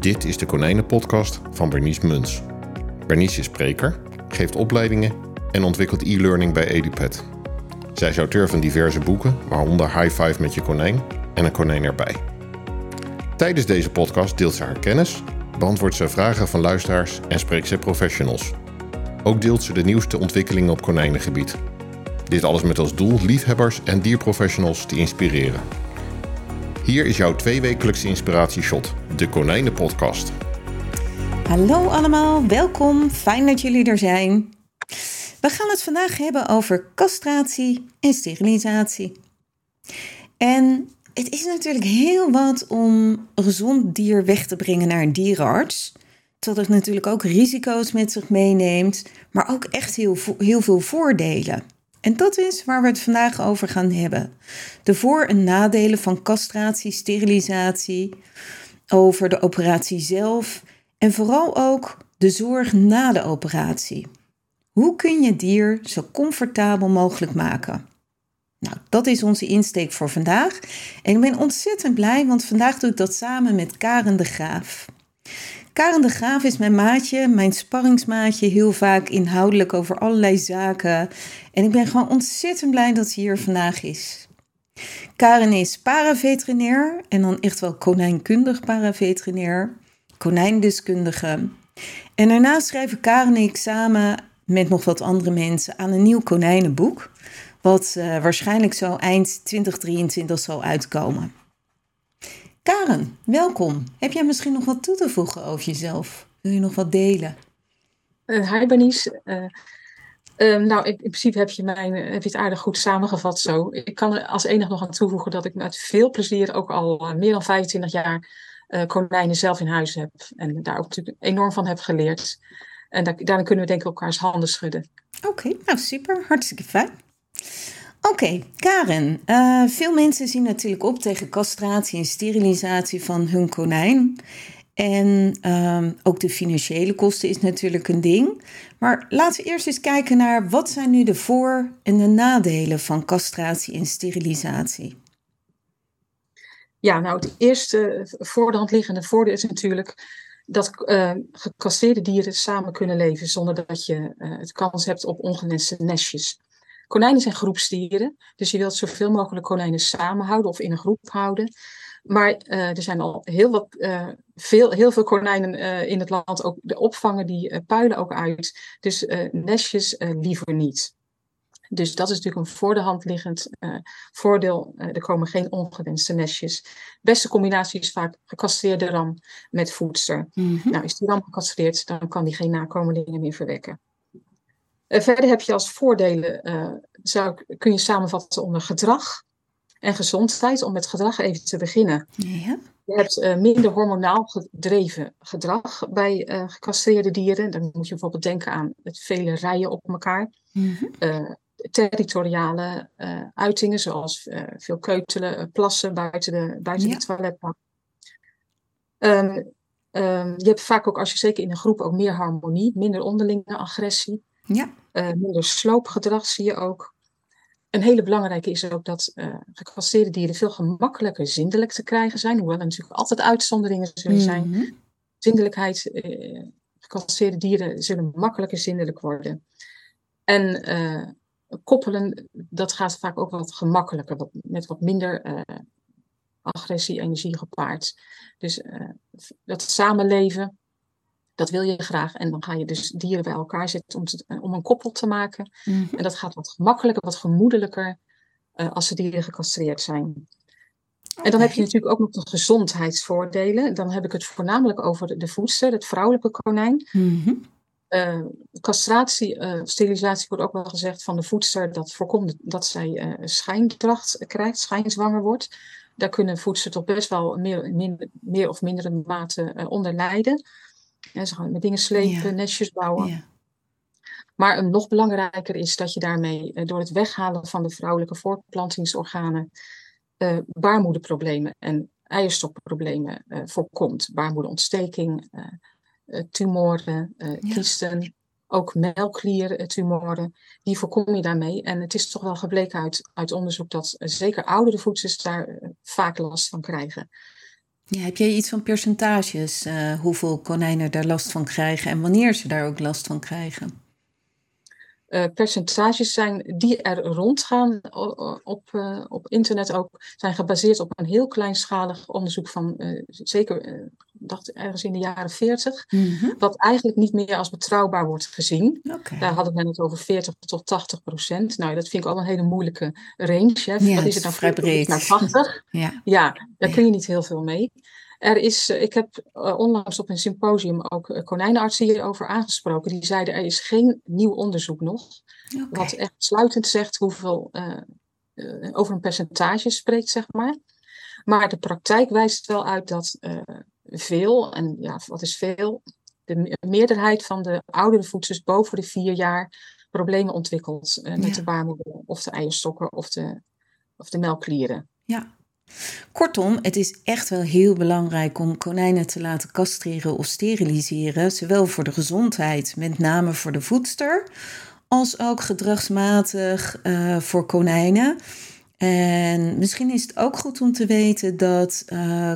Dit is de Konijnenpodcast van Bernice Muns. Bernice is spreker, geeft opleidingen en ontwikkelt e-learning bij EduPet. Zij is auteur van diverse boeken, waaronder High Five met je konijn en een konijn erbij. Tijdens deze podcast deelt ze haar kennis, beantwoordt ze vragen van luisteraars en spreekt ze professionals. Ook deelt ze de nieuwste ontwikkelingen op konijnengebied. Dit alles met als doel liefhebbers en dierprofessionals te inspireren. Hier is jouw 2-wekelijkse inspiratieshot, de Konijnenpodcast. Hallo allemaal, welkom. Fijn dat jullie er zijn. We gaan het vandaag hebben over castratie en sterilisatie. En het is natuurlijk heel wat om een gezond dier weg te brengen naar een dierenarts. Terwijl het natuurlijk ook risico's met zich meeneemt, maar ook echt heel veel voordelen. En dat is waar we het vandaag over gaan hebben. De voor- en nadelen van castratie, sterilisatie, over de operatie zelf en vooral ook de zorg na de operatie. Hoe kun je het dier zo comfortabel mogelijk maken? Nou, dat is onze insteek voor vandaag. En ik ben ontzettend blij, want vandaag doe ik dat samen met Karen de Graaf. Karen de Graaf is mijn maatje, mijn sparringsmaatje, heel vaak inhoudelijk over allerlei zaken. En ik ben gewoon ontzettend blij dat ze hier vandaag is. Karen is paraveterinair en dan echt wel konijnkundig paraveterinair, konijndeskundige. En daarnaast schrijven Karen en ik samen met nog wat andere mensen aan een nieuw konijnenboek, wat waarschijnlijk zo eind 2023 zal uitkomen. Karen, welkom. Heb jij misschien nog wat toe te voegen over jezelf? Wil je nog wat delen? Hi Bernice. In principe heb je het aardig goed samengevat zo. Ik kan er als enige nog aan toevoegen dat ik met veel plezier ook al meer dan 25 jaar konijnen zelf in huis heb. En daar ook natuurlijk enorm van heb geleerd. En daarin kunnen we denk ik elkaars handen schudden. Oké, nou super. Hartstikke fijn. Oké, Karen. Veel mensen zien natuurlijk op tegen castratie en sterilisatie van hun konijn. En ook de financiële kosten is natuurlijk een ding. Maar laten we eerst eens kijken naar wat zijn nu de voor- en de nadelen van castratie en sterilisatie. Ja, nou het eerste voor de hand liggende voordeel is natuurlijk dat gecastreerde dieren samen kunnen leven zonder dat je het kans hebt op ongewenste nestjes. Konijnen zijn groepsdieren, dus je wilt zoveel mogelijk konijnen samenhouden of in een groep houden. Maar er zijn al heel veel konijnen in het land, ook de opvangen die puilen ook uit. Dus nestjes liever niet. Dus dat is natuurlijk een voor de hand liggend voordeel. Er komen geen ongewenste nestjes. De beste combinatie is vaak gecastreerde ram met voedster. Mm-hmm. Nou, is die ram gecastreerd, dan kan die geen nakomelingen meer verwekken. Verder heb je als voordelen, kun je samenvatten onder gedrag en gezondheid. Om met gedrag even te beginnen. Ja. Je hebt minder hormonaal gedreven gedrag bij gecastreerde dieren. Dan moet je bijvoorbeeld denken aan het vele rijden op elkaar. Mm-hmm. Territoriale uitingen, zoals veel keutelen, plassen buiten de toiletbak. Je hebt vaak ook, als je zeker in een groep, ook meer harmonie, minder onderlinge agressie. Ja. Minder sloopgedrag zie je ook. Een hele belangrijke is ook dat gecastreerde dieren veel gemakkelijker zindelijk te krijgen zijn. Hoewel er natuurlijk altijd uitzonderingen zullen zijn. Mm-hmm. Zindelijkheid, gecastreerde dieren zullen makkelijker zindelijk worden. En koppelen, dat gaat vaak ook wat gemakkelijker. Met wat minder agressie, energie gepaard. Dus dat samenleven, dat wil je graag. En dan ga je dus dieren bij elkaar zetten om een koppel te maken. Mm-hmm. En dat gaat wat gemakkelijker, wat gemoedelijker als de dieren gecastreerd zijn. Okay. En dan heb je natuurlijk ook nog de gezondheidsvoordelen. Dan heb ik het voornamelijk over de voedster, het vrouwelijke konijn. Mm-hmm. Castratie, sterilisatie wordt ook wel gezegd van de voedster. Dat voorkomt dat zij schijndracht krijgt, schijnzwanger wordt. Daar kunnen voedsters toch best wel meer of mindere mate onder lijden. En ze gaan met dingen slepen, nestjes bouwen. Ja. Maar nog belangrijker is dat je daarmee door het weghalen van de vrouwelijke voortplantingsorganen baarmoederproblemen en eierstokproblemen voorkomt. Baarmoederontsteking, tumoren, kiesten, ook melkkliertumoren, die voorkom je daarmee. En het is toch wel gebleken uit onderzoek dat zeker oudere voedsters daar vaak last van krijgen. Ja, heb jij iets van percentages, hoeveel konijnen daar last van krijgen en wanneer ze daar ook last van krijgen? Percentages zijn die er rondgaan op internet ook, zijn gebaseerd op een heel kleinschalig onderzoek van zeker, dacht ergens in de jaren 40, wat eigenlijk niet meer als betrouwbaar wordt gezien. Okay. Daar hadden we het over 40 tot 80%. Nou, dat vind ik al een hele moeilijke range. Hè. Ja, wat is het nou? vrij breed. Naar 80? Ja, daar kun je niet heel veel mee. Ik heb onlangs op een symposium ook konijnenartsen hierover aangesproken. Die zeiden er is geen nieuw onderzoek nog. Wat echt sluitend zegt hoeveel over een percentage spreekt, zeg maar. Maar de praktijk wijst wel uit dat veel, en ja, wat is veel? De meerderheid van de oudere voedsters boven de 4 jaar problemen ontwikkelt met de baarmoeder of de eierstokken of de melkklieren. Ja. Kortom, het is echt wel heel belangrijk om konijnen te laten castreren of steriliseren, zowel voor de gezondheid, met name voor de voedster, als ook gedragsmatig voor konijnen. En misschien is het ook goed om te weten dat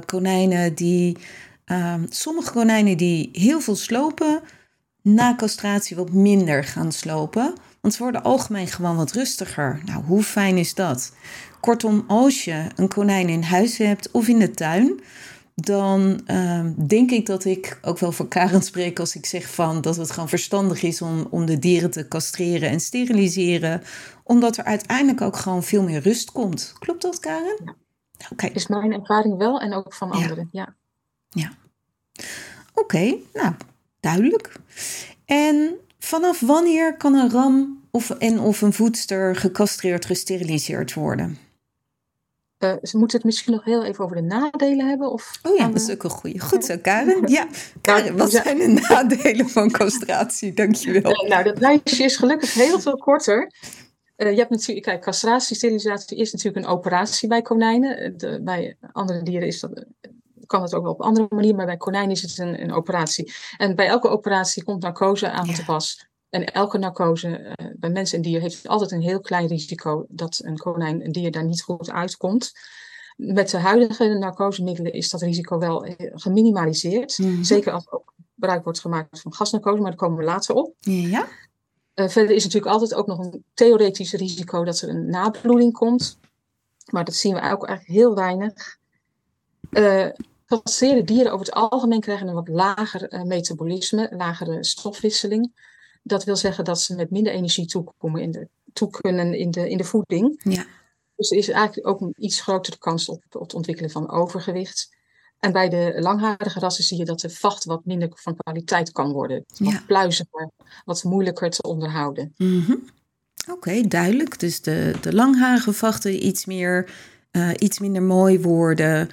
sommige konijnen die heel veel slopen, na castratie wat minder gaan slopen. Want ze worden algemeen gewoon wat rustiger. Nou, hoe fijn is dat? Kortom, als je een konijn in huis hebt of in de tuin, dan denk ik dat ik ook wel voor Karen spreek als ik zeg dat het gewoon verstandig is om de dieren te castreren en steriliseren. Omdat er uiteindelijk ook gewoon veel meer rust komt. Klopt dat, Karen? Ja. Okay. Is mijn ervaring wel en ook van anderen, ja. Oké, nou, duidelijk. En vanaf wanneer kan een ram of een voedster gecastreerd, gesteriliseerd worden? Ze moeten het misschien nog heel even over de nadelen hebben? Of dat is ook een goeie. Goed zo, Karen. Ja, Karen, wat zijn de nadelen van castratie? Dankjewel. Nou, dat lijstje is gelukkig heel veel korter. Je hebt natuurlijk, kijk, castratie, sterilisatie is natuurlijk een operatie bij konijnen. Bij andere dieren kan het ook wel op een andere manier, maar bij konijnen is het een operatie. En bij elke operatie komt narcose aan te pas. En elke narcose bij mens en dier heeft altijd een heel klein risico dat een dier daar niet goed uitkomt. Met de huidige narcosemiddelen is dat risico wel geminimaliseerd. Zeker als er ook gebruik wordt gemaakt van gasnarcose, maar daar komen we later op. Ja. Verder is natuurlijk altijd ook nog een theoretisch risico dat er een nabloeding komt. Maar dat zien we ook eigenlijk heel weinig. Gecasteerde dieren over het algemeen krijgen een wat lager metabolisme, lagere stofwisseling. Dat wil zeggen dat ze met minder energie toe kunnen in de voeding. Ja. Dus er is eigenlijk ook een iets grotere kans op het ontwikkelen van overgewicht. En bij de langharige rassen zie je dat de vacht wat minder van kwaliteit kan worden. Wat pluiziger, wat moeilijker te onderhouden. Oké, duidelijk. Dus de langharige vachten iets minder mooi worden.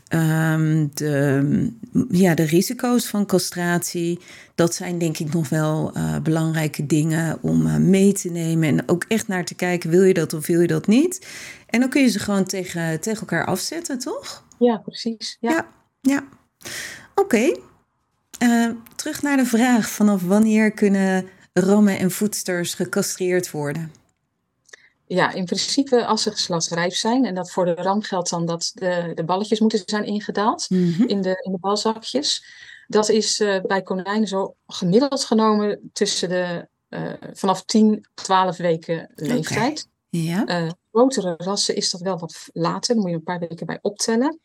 De risico's van castratie, dat zijn denk ik nog wel belangrijke dingen om mee te nemen. En ook echt naar te kijken, wil je dat of wil je dat niet? En dan kun je ze gewoon tegen elkaar afzetten, toch? Ja, precies. Ja. Oké. Terug naar de vraag, vanaf wanneer kunnen rammen en voedsters gecastreerd worden? Ja, in principe als ze geslachtsrijp zijn. En dat voor de ram geldt dan dat de balletjes moeten zijn ingedaald in de balzakjes. Dat is bij konijnen zo gemiddeld genomen tussen vanaf 10, 12 weken leeftijd. Ja. Grotere rassen is dat wel wat later. Daar moet je een paar weken bij optellen.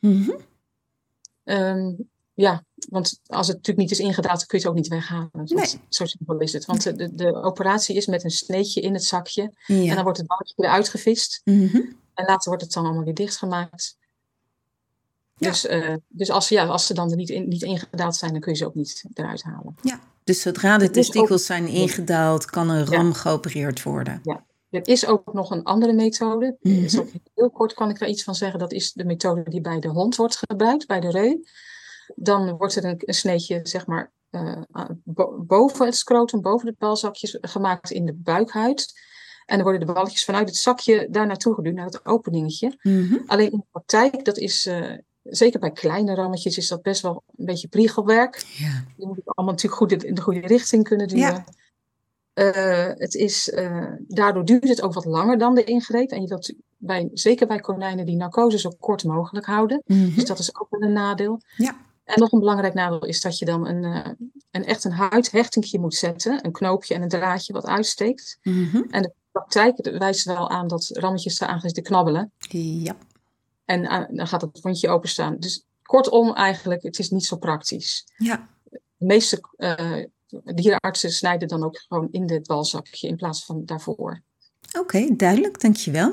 Want als het natuurlijk niet is ingedaald, dan kun je het ook niet weghalen. Nee. Zo simpel is het. Want de operatie is met een sneetje in het zakje. Ja. En dan wordt het balletje weer uitgevist. En later wordt het dan allemaal weer dichtgemaakt. Ja. Dus als ze dan er niet ingedaald zijn, dan kun je ze ook niet eruit halen. Ja. Dus zodra de testikels zijn ingedaald, kan een ram geopereerd worden. Ja. Er is ook nog een andere methode. Dus ook heel kort kan ik daar iets van zeggen. Dat is de methode die bij de hond wordt gebruikt, bij de reu. Dan wordt er een sneetje, zeg maar, boven het scrotum, boven de balzakjes gemaakt in de buikhuid. En dan worden de balletjes vanuit het zakje daar naartoe geduwd, naar het openingetje. Alleen in de praktijk, dat is, zeker bij kleine rammetjes, is dat best wel een beetje priegelwerk. Ja. Je moet het allemaal natuurlijk goed in de goede richting kunnen duwen. Ja. Daardoor duurt het ook wat langer dan de ingreep. En je wilt zeker bij konijnen die narcose zo kort mogelijk houden. Mhm. Dus dat is ook wel een nadeel. Ja. En nog een belangrijk nadeel is dat je dan echt een huidhechtingje moet zetten. Een knoopje en een draadje wat uitsteekt. Mhm. En de praktijk wijst wel aan dat rammetjes eraan gaan zitten knabbelen. Ja. En dan gaat het wondje openstaan. Dus kortom eigenlijk, het is niet zo praktisch. Ja. De meeste dierenartsen snijden dan ook gewoon in dit balzakje in plaats van daarvoor. Oké, duidelijk, dankjewel.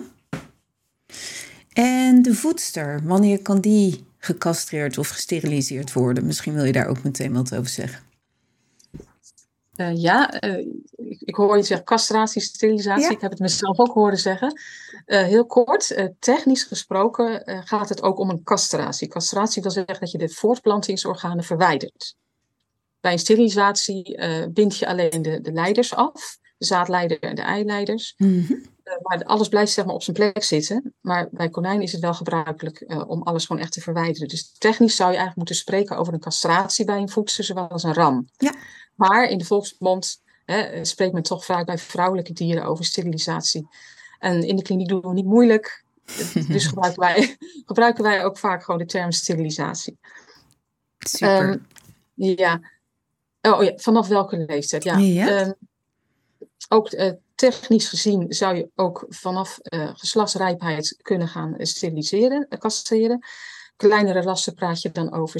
En de voedster, wanneer kan die gecastreerd of gesteriliseerd worden? Misschien wil je daar ook meteen wat over zeggen. Ik hoor je zeggen castratie, sterilisatie. Ja. Ik heb het mezelf ook horen zeggen. Heel kort, technisch gesproken gaat het ook om een castratie. Castratie wil zeggen dat je de voortplantingsorganen verwijdert. Bij een sterilisatie bind je alleen de leiders af. De zaadleider en de eileiders. Mm-hmm. Maar alles blijft zeg maar op zijn plek zitten. Maar bij konijnen is het wel gebruikelijk om alles gewoon echt te verwijderen. Dus technisch zou je eigenlijk moeten spreken over een castratie bij een voedster, zowel als een ram. Ja. Maar in de volksmond spreekt men toch vaak bij vrouwelijke dieren over sterilisatie. En in de kliniek doen we niet moeilijk. Dus gebruiken wij ook vaak gewoon de term sterilisatie. Super. Vanaf welke leeftijd? Ja. Ook technisch gezien zou je ook vanaf geslachtsrijpheid kunnen gaan steriliseren, castreren. Kleinere rassen praat je dan over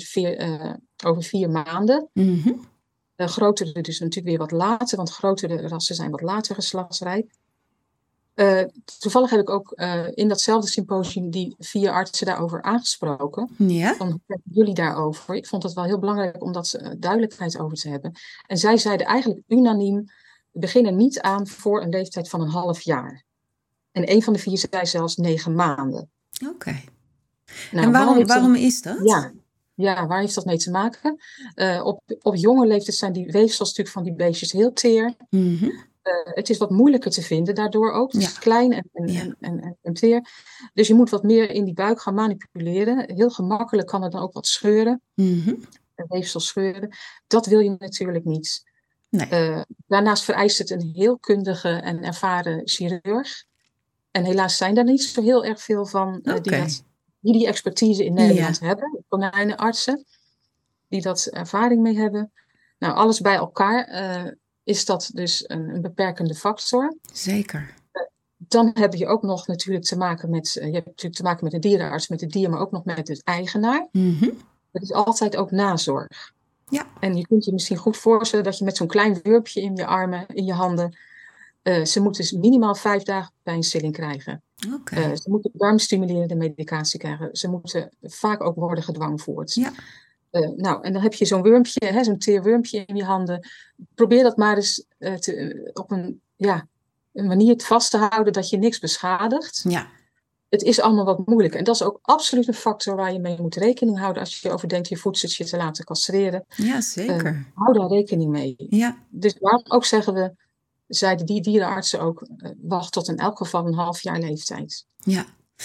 4 maanden. Mm-hmm. Grotere dus natuurlijk weer wat later, want grotere rassen zijn wat later geslachtsrijp. Toevallig heb ik ook in datzelfde symposium die 4 artsen daarover aangesproken. Ja. Van, hoe denken jullie daarover? Ik vond het wel heel belangrijk om dat duidelijkheid over te hebben. En zij zeiden eigenlijk unaniem, we beginnen niet aan voor een leeftijd van een half jaar. En een van de 4 zei zelfs 9 maanden. Oké. Nou, en waarom is dat? Ja, waar heeft dat mee te maken? Op jonge leeftijd zijn die weefsels natuurlijk van die beestjes heel teer. Mm-hmm. Het is wat moeilijker te vinden daardoor ook. Het is klein en teer. Dus je moet wat meer in die buik gaan manipuleren. Heel gemakkelijk kan het dan ook wat scheuren. Mm-hmm. Weefsel scheuren. Dat wil je natuurlijk niet. Nee. Daarnaast vereist het een heel kundige en ervaren chirurg. En helaas zijn daar niet zo heel erg veel van die expertise in Nederland hebben. Konijnenartsen die dat ervaring mee hebben. Nou, alles bij elkaar is dat dus een beperkende factor. Zeker. Dan heb je ook nog natuurlijk te maken met, je hebt natuurlijk te maken met de dierenarts, met het dier, maar ook nog met de eigenaar. Mm-hmm. Het is altijd ook nazorg. Ja. En je kunt je misschien goed voorstellen dat je met zo'n klein wurpje in je armen, in je handen, ze moeten dus minimaal 5 dagen pijnstilling krijgen. Okay. Ze moeten darmstimulerende medicatie krijgen. Ze moeten vaak ook worden gedwangvoerd. Ja. En dan heb je zo'n wormpje, zo'n teer wormpje in je handen. Probeer dat maar eens op een manier vast te houden dat je niks beschadigt. Ja. Het is allemaal wat moeilijk. En dat is ook absoluut een factor waar je mee moet rekening houden als je erover denkt je voedseltje te laten castreren. Ja, zeker. Hou daar rekening mee. Ja. Dus waarom ook zeiden die dierenartsen ook, wacht tot in elk geval een half jaar leeftijd. Ja.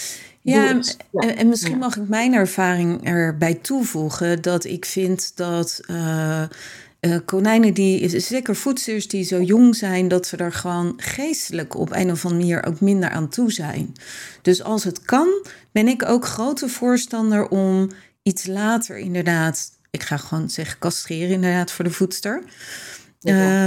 En misschien mag ik mijn ervaring erbij toevoegen dat ik vind dat konijnen zeker voedsters die zo jong zijn, dat ze er gewoon geestelijk op een of andere manier ook minder aan toe zijn. Dus als het kan, ben ik ook grote voorstander om iets later inderdaad, ik ga gewoon zeggen castreren inderdaad voor de voedster. Ja.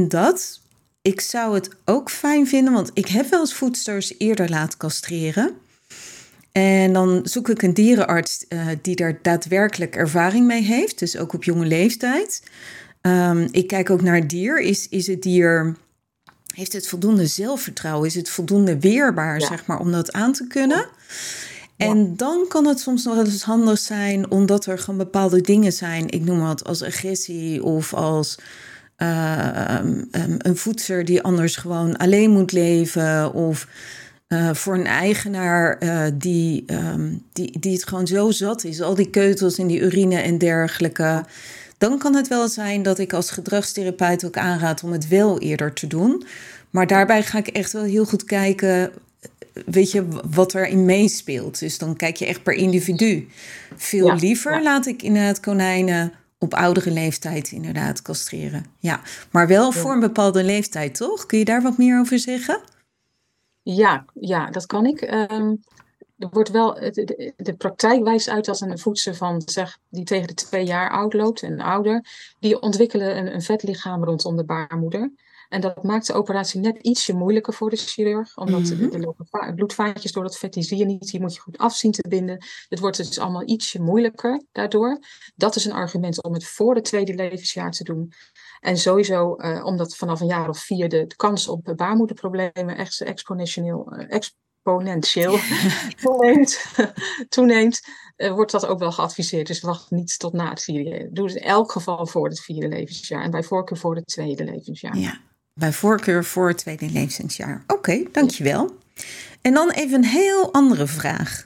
Ik zou het ook fijn vinden, want ik heb wel eens voedsters eerder laten castreren. En dan zoek ik een dierenarts die daar daadwerkelijk ervaring mee heeft. Dus ook op jonge leeftijd. Ik kijk ook naar het dier. Is het dier, heeft het voldoende zelfvertrouwen? Is het voldoende weerbaar, zeg maar, om dat aan te kunnen? Ja. En dan kan het soms nog wel eens handig zijn, omdat er gewoon bepaalde dingen zijn. Ik noem wat als agressie of als een voedster die anders gewoon alleen moet leven. Of voor een eigenaar die het gewoon zo zat is. Al die keutels en die urine en dergelijke. Dan kan het wel zijn dat ik als gedragstherapeut ook aanraad om het wel eerder te doen. Maar daarbij ga ik echt wel heel goed kijken, weet je, wat erin meespeelt. Dus dan kijk je echt per individu. Veel liever laat ik inderdaad konijnen op oudere leeftijd inderdaad castreren. Ja, maar wel voor een bepaalde leeftijd, toch? Kun je daar wat meer over zeggen? Ja, dat kan ik. Er wordt wel, de praktijk wijst uit dat een voedster van, die tegen de 2 jaar oud loopt en ouder, die ontwikkelen een vetlichaam rondom de baarmoeder. En dat maakt de operatie net ietsje moeilijker voor de chirurg, omdat er lopen bloedvaatjes door dat vet, die zie je niet, die moet je goed af zien te binden. Het wordt dus allemaal ietsje moeilijker daardoor. Dat is een argument om het voor het 2e levensjaar te doen. En sowieso, omdat vanaf een jaar of 4 de kans op baarmoederproblemen echt exponentieel toeneemt, wordt dat ook wel geadviseerd. Dus wacht niet tot na het 4e. Doe het in elk geval voor het 4e levensjaar. En bij voorkeur voor het 2e levensjaar. Ja, bij voorkeur voor het 2e levensjaar. Oké, dankjewel. En dan even een heel andere vraag.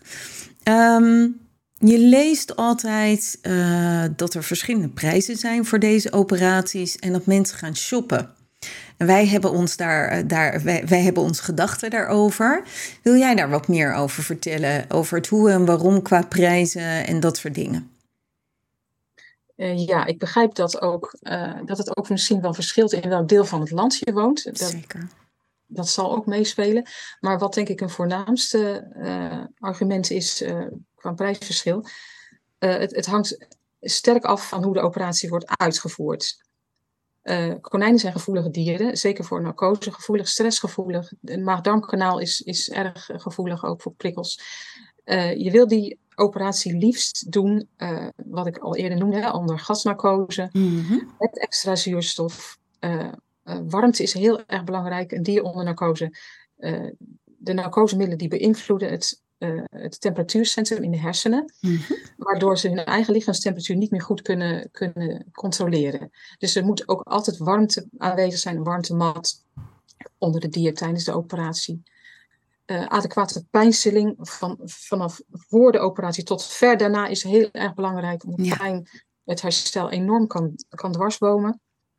Je leest altijd dat er verschillende prijzen zijn voor deze operaties en dat mensen gaan shoppen. En wij hebben wij hebben ons gedachten daarover. Wil jij daar wat meer over vertellen? Over het hoe en waarom qua prijzen en dat soort dingen? Ja, ik begrijp dat het ook misschien wel verschilt in welk deel van het land je woont. Zeker. Dat zal ook meespelen. Maar wat denk ik een voornaamste argument is qua prijsverschil. Het hangt sterk af van hoe de operatie wordt uitgevoerd. Konijnen zijn gevoelige dieren, zeker voor narcose gevoelig, stressgevoelig. Het maag-darmkanaal is erg gevoelig ook voor prikkels. Je wil die operatie liefst doen, wat ik al eerder noemde, onder gasnarcose, met extra zuurstof. Warmte is heel erg belangrijk. Een dier onder narcose. De narcosemiddelen die beïnvloeden het temperatuurcentrum in de hersenen, waardoor ze hun eigen lichaamstemperatuur niet meer goed kunnen controleren. Dus er moet ook altijd warmte aanwezig zijn, een warmtemat onder de dier tijdens de operatie. Adequate pijnstilling vanaf voor de operatie tot ver daarna is heel erg belangrijk, omdat pijn het herstel enorm kan dwarsbomen.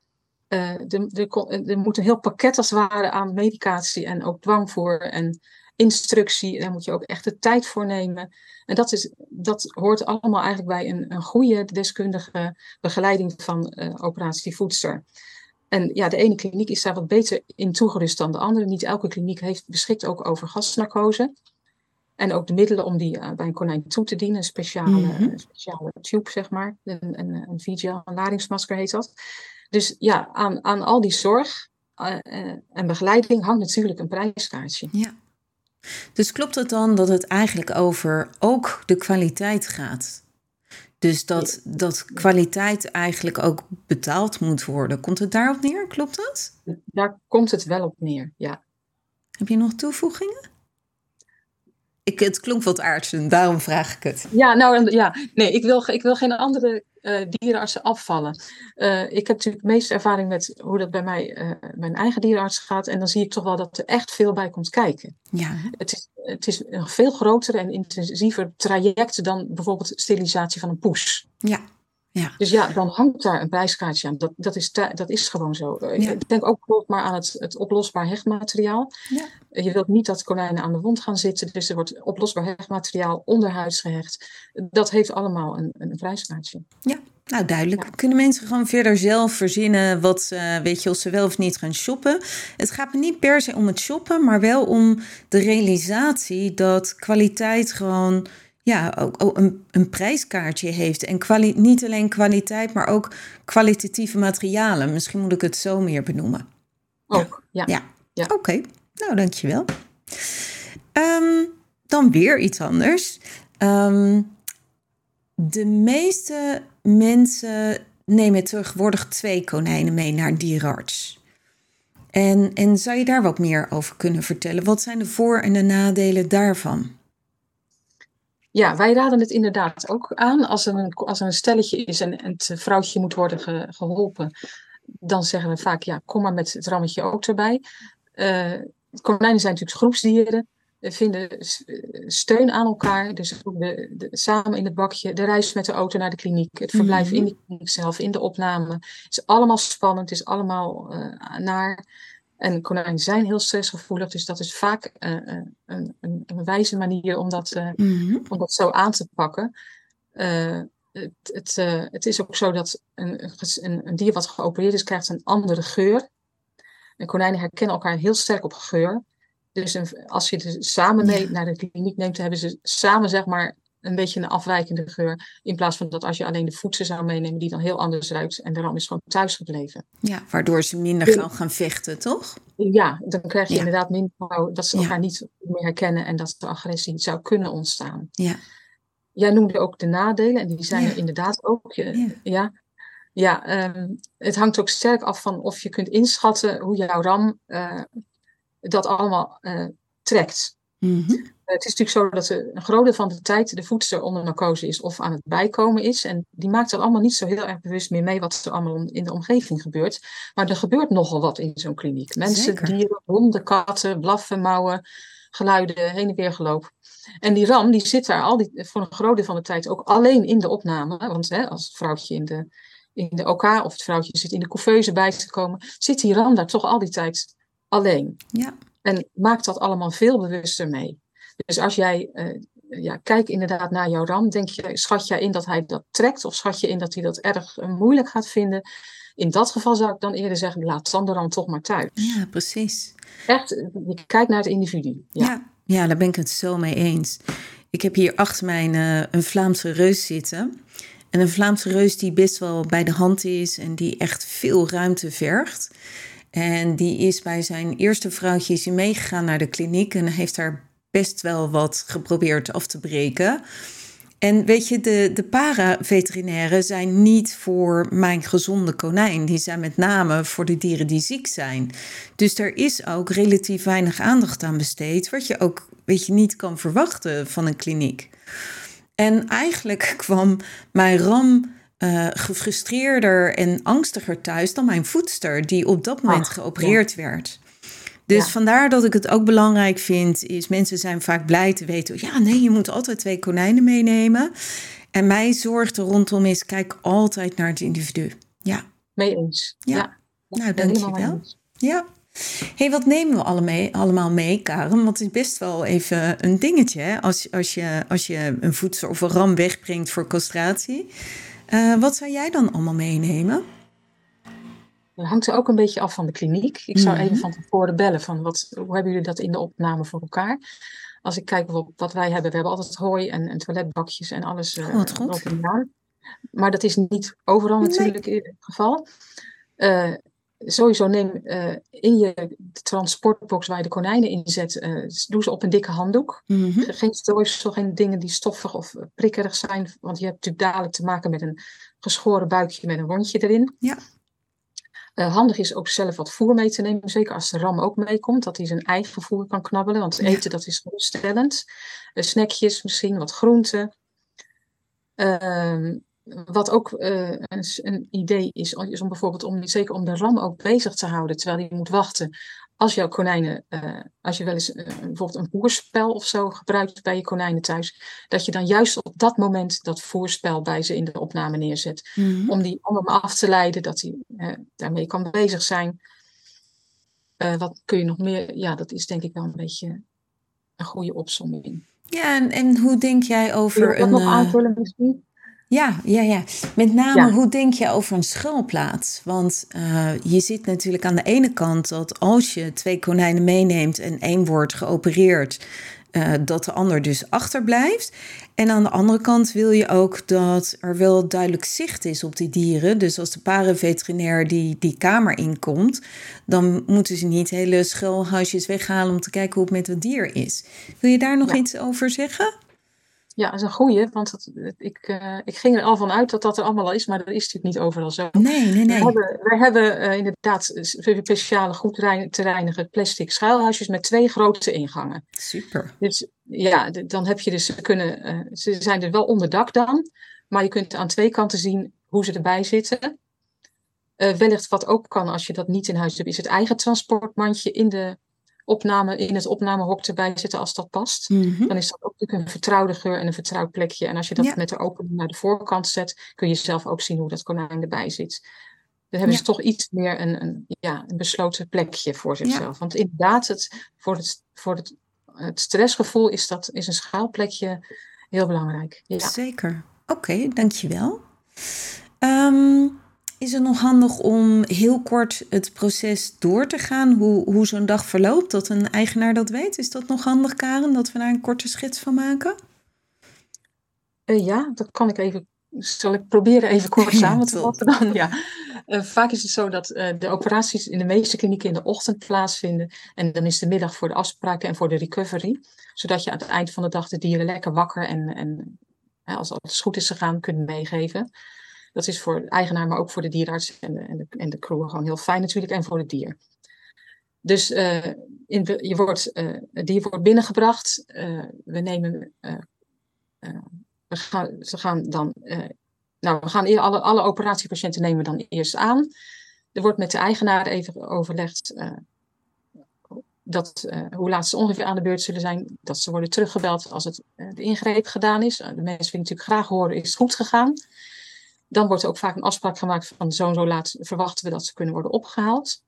Er moet een heel pakket als het ware aan medicatie en ook dwangvoer en instructie. Daar moet je ook echt de tijd voor nemen. En dat hoort allemaal eigenlijk bij een goede deskundige begeleiding van operatievoedster. En ja, de ene kliniek is daar wat beter in toegerust dan de andere. Niet elke kliniek beschikt ook over gasnarcose. En ook de middelen om die bij een konijn toe te dienen. Een speciale tube, zeg maar. Een VGL, een laringsmasker heet dat. Dus ja, aan al die zorg en begeleiding hangt natuurlijk een prijskaartje. Ja. Dus klopt het dan dat het eigenlijk over ook de kwaliteit gaat? Dus dat kwaliteit eigenlijk ook betaald moet worden. Komt het daarop neer? Klopt dat? Daar komt het wel op neer, ja. Heb je nog toevoegingen? Het klonk wat aardsend, daarom vraag ik het. Ja, nee, ik wil geen andere dierenartsen afvallen. Ik heb natuurlijk het meeste ervaring met hoe dat bij mijn eigen dierenarts gaat. En dan zie ik toch wel dat er echt veel bij komt kijken. Ja. Het is een veel groter en intensiever traject dan bijvoorbeeld sterilisatie van een poes. Ja. Ja. Dus ja, dan hangt daar een prijskaartje aan. Dat is gewoon zo. Ja. Ik denk ook bijvoorbeeld maar aan het oplosbaar hechtmateriaal. Ja. Je wilt niet dat konijnen aan de wond gaan zitten. Dus er wordt oplosbaar hechtmateriaal onderhuids gehecht. Dat heeft allemaal een prijskaartje. Ja, nou duidelijk. Ja. Kunnen mensen gewoon verder zelf verzinnen wat als ze wel of niet gaan shoppen. Het gaat me niet per se om het shoppen, maar wel om de realisatie dat kwaliteit gewoon ook een prijskaartje heeft. En niet alleen kwaliteit, maar ook kwalitatieve materialen. Misschien moet ik het zo meer benoemen. Ook, ja. Oké, nou dankjewel. Dan weer iets anders. De meeste mensen nemen tegenwoordig 2 konijnen mee naar een dierenarts. En zou je daar wat meer over kunnen vertellen? Wat zijn de voor- en de nadelen daarvan? Ja, wij raden het inderdaad ook aan. Als er een stelletje is en het vrouwtje moet worden geholpen, dan zeggen we vaak, kom maar met het rammetje ook erbij. Konijnen zijn natuurlijk groepsdieren. Vinden steun aan elkaar. Dus samen in het bakje, de reis met de auto naar de kliniek, het verblijf in de kliniek zelf, in de opname. Het is allemaal spannend, het is allemaal naar. En konijnen zijn heel stressgevoelig, dus dat is vaak een wijze manier om dat zo aan te pakken. Het is ook zo dat een dier wat geopereerd is, krijgt een andere geur. En konijnen herkennen elkaar heel sterk op geur. Dus als je ze samen mee naar de kliniek neemt, hebben ze samen zeg maar een beetje een afwijkende geur. In plaats van dat als je alleen de voedsel zou meenemen, die dan heel anders ruikt. En de ram is gewoon thuis gebleven. Ja, waardoor ze minder gaan vechten, toch? Ja, dan krijg je inderdaad minder dat ze elkaar niet meer herkennen en dat er agressie zou kunnen ontstaan. Ja. Jij noemde ook de nadelen en die zijn er inderdaad ook. Het hangt ook sterk af van of je kunt inschatten hoe jouw ram dat allemaal trekt. Mm-hmm. Het is natuurlijk zo dat een groot deel van de tijd de voedster onder narcose is of aan het bijkomen is. En die maakt dan allemaal niet zo heel erg bewust meer mee wat er allemaal in de omgeving gebeurt. Maar er gebeurt nogal wat in zo'n kliniek. Mensen, dieren, honden, katten, blaffen, mouwen, geluiden, heen en weer geloop. En die ram die zit daar voor een groot deel van de tijd ook alleen in de opname. Want als het vrouwtje in de OK of het vrouwtje zit in de couveuse bij te komen, zit die ram daar toch al die tijd alleen. Ja. En maakt dat allemaal veel bewuster mee. Dus als jij kijkt inderdaad naar jouw ram, schat jij in dat hij dat trekt of schat je in dat hij dat erg moeilijk gaat vinden? In dat geval zou ik dan eerder zeggen, laat dan de ram toch maar thuis. Ja, precies. Echt, je kijkt naar het individu. Ja, daar ben ik het zo mee eens. Ik heb hier achter mij een Vlaamse reus zitten. En een Vlaamse reus die best wel bij de hand is en die echt veel ruimte vergt. En die is bij zijn eerste vrouwtje meegegaan naar de kliniek en heeft daar best wel wat geprobeerd af te breken. En weet je, de paraveterinairen zijn niet voor mijn gezonde konijn. Die zijn met name voor de dieren die ziek zijn. Dus er is ook relatief weinig aandacht aan besteed, wat je ook niet kan verwachten van een kliniek. En eigenlijk kwam mijn ram gefrustreerder en angstiger thuis dan mijn voedster, die op dat moment geopereerd werd. Dus vandaar dat ik het ook belangrijk vind, is mensen zijn vaak blij te weten, je moet altijd 2 konijnen meenemen. En mijn zorg er rondom is, kijk altijd naar het individu. Ja. Mee eens. Ja. Nou, dankjewel. Ja. Hey, wat nemen we allemaal mee, Karen? Want het is best wel even een dingetje, hè? Als je een voedster of een ram wegbrengt voor castratie. Wat zou jij dan allemaal meenemen? Dat hangt er ook een beetje af van de kliniek. Ik zou even van tevoren bellen van hoe hebben jullie dat in de opname voor elkaar? Als ik kijk bijvoorbeeld wat wij hebben. We hebben altijd hooi en toiletbakjes en alles erop en aan. Maar dat is niet overal natuurlijk het geval. Sowieso neem in je transportbox waar je de konijnen in zet, doe ze op een dikke handdoek. Mm-hmm. Geen dingen die stoffig of prikkerig zijn, want je hebt natuurlijk dadelijk te maken met een geschoren buikje met een wondje erin. Ja. Handig is ook zelf wat voer mee te nemen, zeker als de ram ook meekomt, dat hij zijn eigen voer kan knabbelen, want eten dat is geruststellend. Snackjes misschien, wat groenten. Wat ook een idee is om bijvoorbeeld zeker om de ram ook bezig te houden terwijl hij moet wachten. Als jouw konijnen, als je wel eens bijvoorbeeld een voerspel of zo gebruikt bij je konijnen thuis, dat je dan juist op dat moment dat voerspel bij ze in de opname neerzet. Mm-hmm. Om hem af te leiden, dat hij daarmee kan bezig zijn. Wat kun je nog meer? Ja, dat is denk ik wel een beetje een goede opsomming. Ja, en hoe denk jij over een... nog aanvullen misschien? Ja. Met name, hoe denk je over een schuilplaats? Want je ziet natuurlijk aan de ene kant dat als je 2 konijnen meeneemt en 1 wordt geopereerd, dat de ander dus achterblijft. En aan de andere kant wil je ook dat er wel duidelijk zicht is op die dieren. Dus als de paraveterinair die kamer inkomt, dan moeten ze niet hele schuilhuisjes weghalen om te kijken hoe het met het dier is. Wil je daar nog iets over zeggen? Ja, dat is een goeie, want ik ging er al van uit dat er allemaal al is, maar dat is natuurlijk niet overal zo. Nee. Wij hebben inderdaad speciale goed te reinigen plastic schuilhuisjes met 2 grote ingangen. Super. Dus dan heb je dus, ze zijn dus wel onder dak dan, maar je kunt aan 2 kanten zien hoe ze erbij zitten. Wellicht wat ook kan als je dat niet in huis hebt, is het eigen transportmandje in het opnamehok erbij zitten als dat past. Mm-hmm. Dan is dat ook natuurlijk een vertrouwde geur en een vertrouwd plekje. En als je dat met de opening naar de voorkant zet, kun je zelf ook zien hoe dat konijn erbij zit. Dan hebben ze toch iets meer een besloten plekje voor zichzelf. Want inderdaad, voor het stressgevoel is een schuilplekje heel belangrijk. Ja. Zeker. Oké, dankjewel. Is het nog handig om heel kort het proces door te gaan? Hoe zo'n dag verloopt, dat een eigenaar dat weet? Is dat nog handig, Karen, dat we daar een korte schets van maken? Ja, dat kan ik even. Zal ik proberen even kort samen te vatten dan? Ja. Vaak is het zo dat de operaties in de meeste klinieken in de ochtend plaatsvinden. En dan is de middag voor de afspraken en voor de recovery. Zodat je aan het eind van de dag de dieren lekker wakker en als alles goed is gegaan, kunnen meegeven. Dat is voor de eigenaar, maar ook voor de dierenarts en de crew gewoon heel fijn natuurlijk. En voor het dier. Dus het dier wordt binnengebracht. We nemen... Ze gaan dan, we gaan alle operatiepatiënten nemen we dan eerst aan. Er wordt met de eigenaar even overlegd hoe laat ze ongeveer aan de beurt zullen zijn. Dat ze worden teruggebeld als de ingreep gedaan is. De mensen willen natuurlijk graag horen, is het goed gegaan? Dan wordt er ook vaak een afspraak gemaakt van zo en zo laat verwachten we dat ze kunnen worden opgehaald.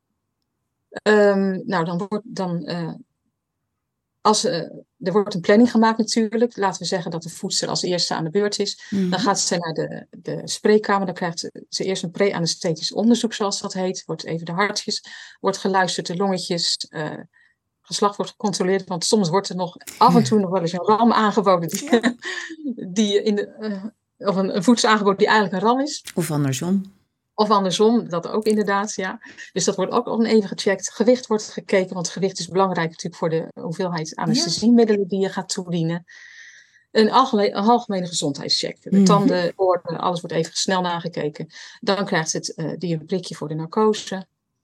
Er wordt een planning gemaakt natuurlijk. Laten we zeggen dat de voedster als eerste aan de beurt is. Dan gaat ze naar de spreekkamer. Dan krijgt ze eerst een pre-anesthetisch onderzoek, zoals dat heet. Wordt even de hartjes, wordt geluisterd, de longetjes. Geslacht wordt gecontroleerd. Want soms wordt er nog af en toe nog wel eens een ram aangeboden. Of een voedsel aangeboden die eigenlijk een ram is. Of andersom. Of andersom, dat ook inderdaad, ja. Dus dat wordt ook nog even gecheckt. Gewicht wordt gekeken, want gewicht is belangrijk natuurlijk voor de hoeveelheid anesthesiemiddelen die je gaat toedienen. Een algemene gezondheidscheck. De tanden, oren, alles wordt even snel nagekeken. Dan krijgt het dier een prikje voor de narcose.